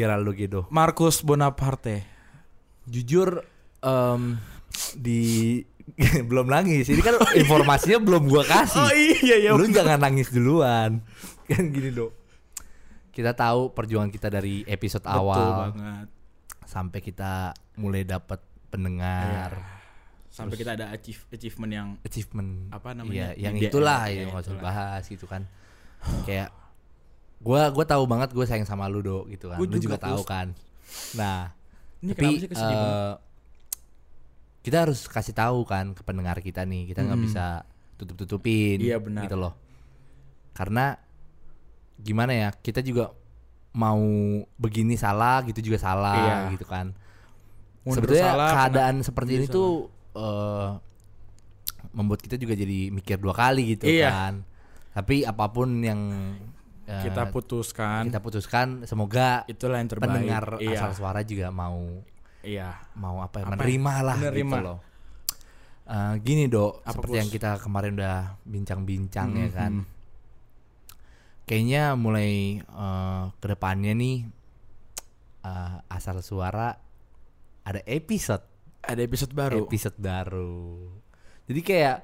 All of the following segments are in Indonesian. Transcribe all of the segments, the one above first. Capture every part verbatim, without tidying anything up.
Geraldo Gedo. Marcus Bonaparte. Jujur um, di belum nangis. Ini kan informasinya belum gua kasih. Oh iya iya. Lu jangan nangis duluan. Kan gini, Dok. Kita tahu perjuangan kita dari episode Betul awal banget. sampai kita mulai dapat pendengar. Iya. Sampai Terus, kita ada achieve, achievement yang achievement apa namanya? Iya, yang Ide, itulah ya, yang enggak usah itulah. bahas gitu kan. Kayak gua gua tahu banget gua sayang sama lu, Dok, gitu kan. Gua Lu juga, juga tahu Pus. kan. Nah, Ini tapi kenapa sih kesedih banget? uh, kita harus kasih tahu kan ke pendengar kita nih, kita nggak Hmm. bisa tutup-tutupin, Iya, benar. gitu loh. Karena gimana ya, kita juga mau begini salah, gitu juga salah, Iya. gitu kan. Mundur Sebetulnya salah, keadaan kena- seperti jadi ini tuh uh, membuat kita juga jadi mikir dua kali gitu Iya. kan. Tapi apapun yang uh, kita putuskan, kita putuskan, semoga itulah yang terbaik. pendengar iya. asal suara juga mau Iya. mau apa ya, Apa menerima ya? lah Menerima. gitu loh. Uh, gini, Dok, Apa, seperti Pus? yang kita kemarin udah bincang-bincang ya Mhm. kan. Kayaknya mulai uh, kedepannya nih uh, asal suara ada episode Ada episode baru. episode baru. Jadi kayak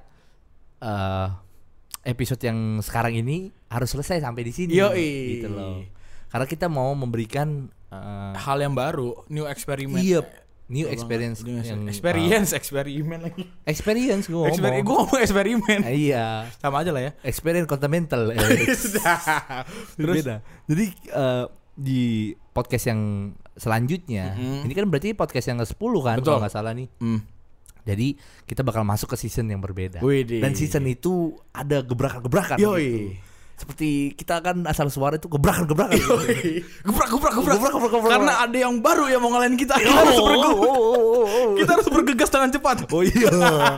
uh, episode yang sekarang ini harus selesai sampai di sini Yoi. gitu loh. Karena kita mau memberikan uh, Hal yang baru, new experiment. Iya, new Betul experience banget. New yang experience, eksperimen lagi. uh, experience gue ngomong. Eksperi- gue ngomong eksperimen. Ah, iya, Sama aja lah ya. experience fundamental. Eh, Terus beda. Jadi uh, di podcast yang selanjutnya, Mhm. ini kan berarti podcast yang ke sepuluh kan, Betul. kalau nggak salah nih. hmm. Jadi kita bakal masuk ke season yang berbeda. Widih. Dan season itu ada gebrakan-gebrakan. Yoi. gitu. Seperti kita kan asal suara itu gebrakan-gebrakan. gitu. Yoi. Gebrak, gebrak, gebrak. Gebrak, gebrak, gebrak. Karena ada yang baru yang mau ngalahin kita. Kita harus bergegas. Kita harus bergegas dengan cepat. Oh iya.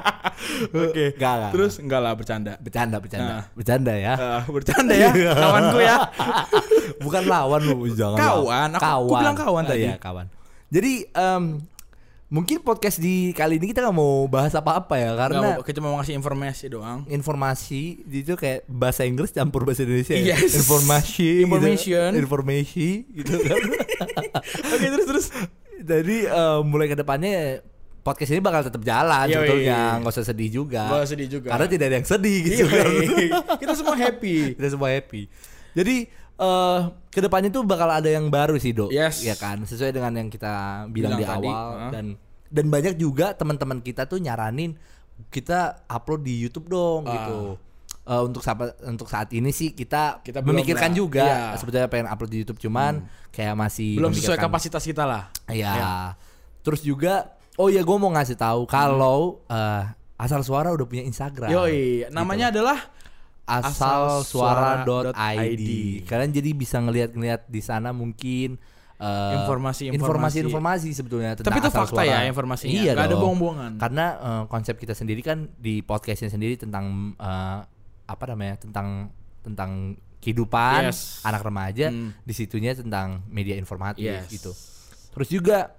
Oke. Enggak, enggak. Terus enggak lah, bercanda. Bercanda, bercanda. Nah. Bercanda ya. Eh, bercanda ya, kawanku ya. Bukan lawan lu, jangan. Kawan, aku- aku bilang kawan Oh, tadi. Iya, kawan. Jadi em, mungkin podcast di kali ini kita nggak mau bahas apa-apa ya, karena Nggak, kita cuma mau ngasih informasi doang. informasi itu kayak bahasa Inggris campur bahasa Indonesia. ya. Yes. Informasi, Information. gitu. Informasi, gitu kan. Oke, terus terus. Jadi em, mulai ke depannya podcast ini bakal tetap jalan Yoi. sebetulnya, nggak usah sedih juga. Gak sedih juga. Karena tidak ada yang sedih gitu Iya, kan. kita semua happy. Kita semua happy. Jadi eh kedepannya tuh bakal ada yang baru sih, Dok. Yes. Ya kan, sesuai dengan yang kita bilang, Bilang di tadi, awal huh? dan dan banyak juga teman-teman kita tuh nyaranin kita upload di YouTube dong Ah. gitu. Eh, untuk saat untuk saat ini sih kita, Kita belum memikirkan lah. juga Iya. sebetulnya pengen upload di YouTube, cuman kayak masih Belum sesuai memikirkan- kapasitas kita lah. Iya. Ya. Terus juga oh ya gue mau ngasih tahu kalau eh, Asal Suara udah punya Instagram. Yoi, namanya adalah asal suara dot i d. asalsuara.id. Kalian jadi bisa ngelihat-ngelihat di sana mungkin eh, Informasi-informasi. informasi-informasi sebetulnya tentang Tapi itu Asal fakta Suara. ya informasinya. Iya, Gak ada dong. bohong-bohongan. Karena eh, konsep kita sendiri kan di podcastnya sendiri tentang eh, apa namanya? tentang tentang kehidupan Yes. anak remaja, Hmm. di situnya tentang media informatif Yes. gitu. Terus juga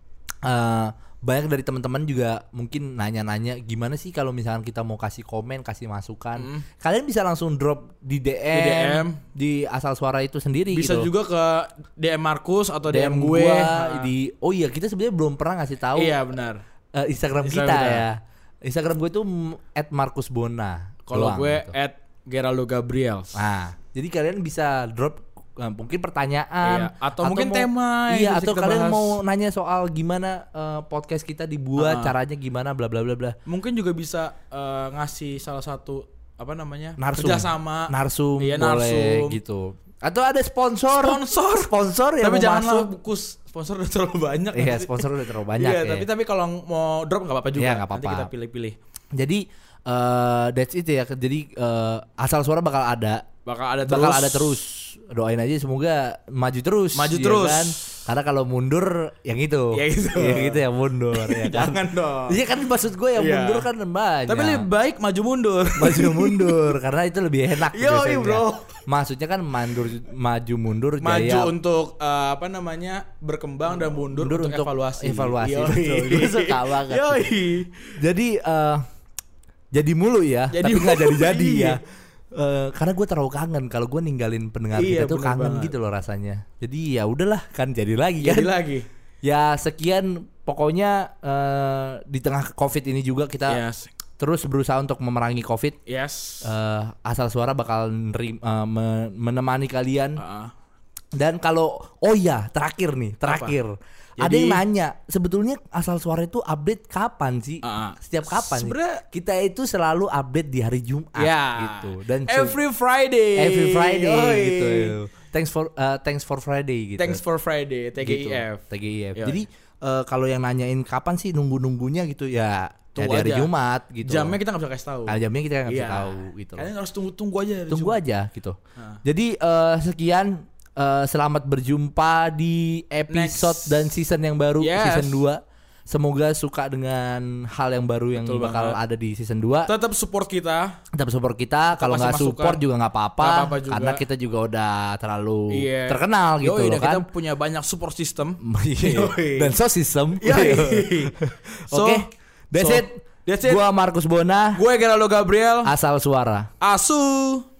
eh, banyak dari teman-teman juga mungkin nanya-nanya gimana sih kalau misalkan kita mau kasih komen, kasih masukan. Mm. Kalian bisa langsung drop di D M, Di D M. di Asal Suara itu sendiri Bisa gitu. juga ke D M Markus atau D M, D M gue. gua Nah. di oh iya kita sebenarnya belum pernah ngasih tahu Iya benar. eh, Instagram, Instagram kita, kita. ya. Instagram gue tuh at markusbona. Kalau doang gue gitu. at Geraldo Gabriel. Nah, jadi kalian bisa drop eh, mungkin pertanyaan Iya, atau mungkin mau- tema yang iya bisa atau kita kalian bahas. mau nanya soal gimana eh, podcast kita dibuat, Ah. caranya gimana, bla bla bla bla. Mungkin juga bisa eh, ngasih salah satu apa namanya? Narsum. kerjasama. Narsum Iya, boleh narsum. gitu. Atau ada sponsor. Sponsor. Sponsor yang Tapi mau janganlah masuk. bukus sponsor udah terlalu banyak. Iya, nanti. sponsor udah terlalu banyak Iya, ya. tapi tapi kalau mau drop nggak apa-apa juga. Iya, nggak Nanti apa-apa. kita pilih-pilih. Jadi eh that's it ya. Jadi eh, Asal Suara bakal ada. Bakal ada terus. Bakal ada terus. Doain aja semoga maju terus. Maju ya terus. kan? Karena kalau mundur yang itu. Ya itu. Yang itu yang mundur ya kan. Jangan dong. Iya kan maksud gue yang Iya. mundur kan banyak. Tapi lebih baik maju mundur. maju mundur karena itu lebih enak Yoi, biasanya. bro. Maksudnya kan mandur maju mundur Maju jaya untuk eh, apa namanya? berkembang dan mundur, mundur untuk, untuk evaluasi. evaluasi. Yoi. Betul. Gue suka banget. Yoi. Jadi eh jadi mulu ya, Jadi tapi nggak mulu, jadi-jadi iya. ya. Uh, karena gue terlalu kangen kalau gue ninggalin pendengar Iya, kita tuh bener kangen banget. gitu loh rasanya. Jadi ya udahlah kan jadi lagi kan. Jadi lagi. Ya sekian pokoknya uh, di tengah Covid ini juga kita Yes. terus berusaha untuk memerangi Covid. Yes. Uh, asal suara bakal neri- uh, me- menemani kalian. Uh-uh. Dan kalau oh ya terakhir nih terakhir. Ada Jadi- yang nanya sebetulnya asal suara itu update kapan sih? Uh-uh. Setiap kapan? nih? Sebenarnya- Kita itu selalu update di hari Jumat Ya. gitu. Dan se- Every Friday. every Friday Yoi. gitu. Thanks for uh, thanks for Friday gitu. Thanks for Friday. T G I F. Gitu. T G I F. Yoi. Jadi uh, kalau yang nanyain kapan sih nunggu-nunggunya gitu ya, ya Tunggu di hari aja. Jumat gitu. Jamnya kita nggak bisa kasih tahu. Nah, jamnya kita nggak bisa Iya. tahu gitu. loh. Kalian harus tunggu-tunggu aja. dari Tunggu Jumat. aja gitu. Nah. Jadi uh, sekian uh, selamat berjumpa di episode Next. dan season yang baru, Yes. season dua. Semoga suka dengan hal yang baru yang Betul bakal banget. ada di season dua. Tetap support kita. Tetap support kita. Kalau kasih nggak masukan. support juga nggak apa-apa. Nggak apa-apa juga. Karena kita juga udah terlalu Iya. terkenal gitu Yoi, loh dan kan. kita punya banyak support system. Iya. Yoi. Dan so system. Yoi. So, Oke. That's so, it. That's it. Gua Markus Bona. Gue Geraldo Gabriel. Asal suara. Asu.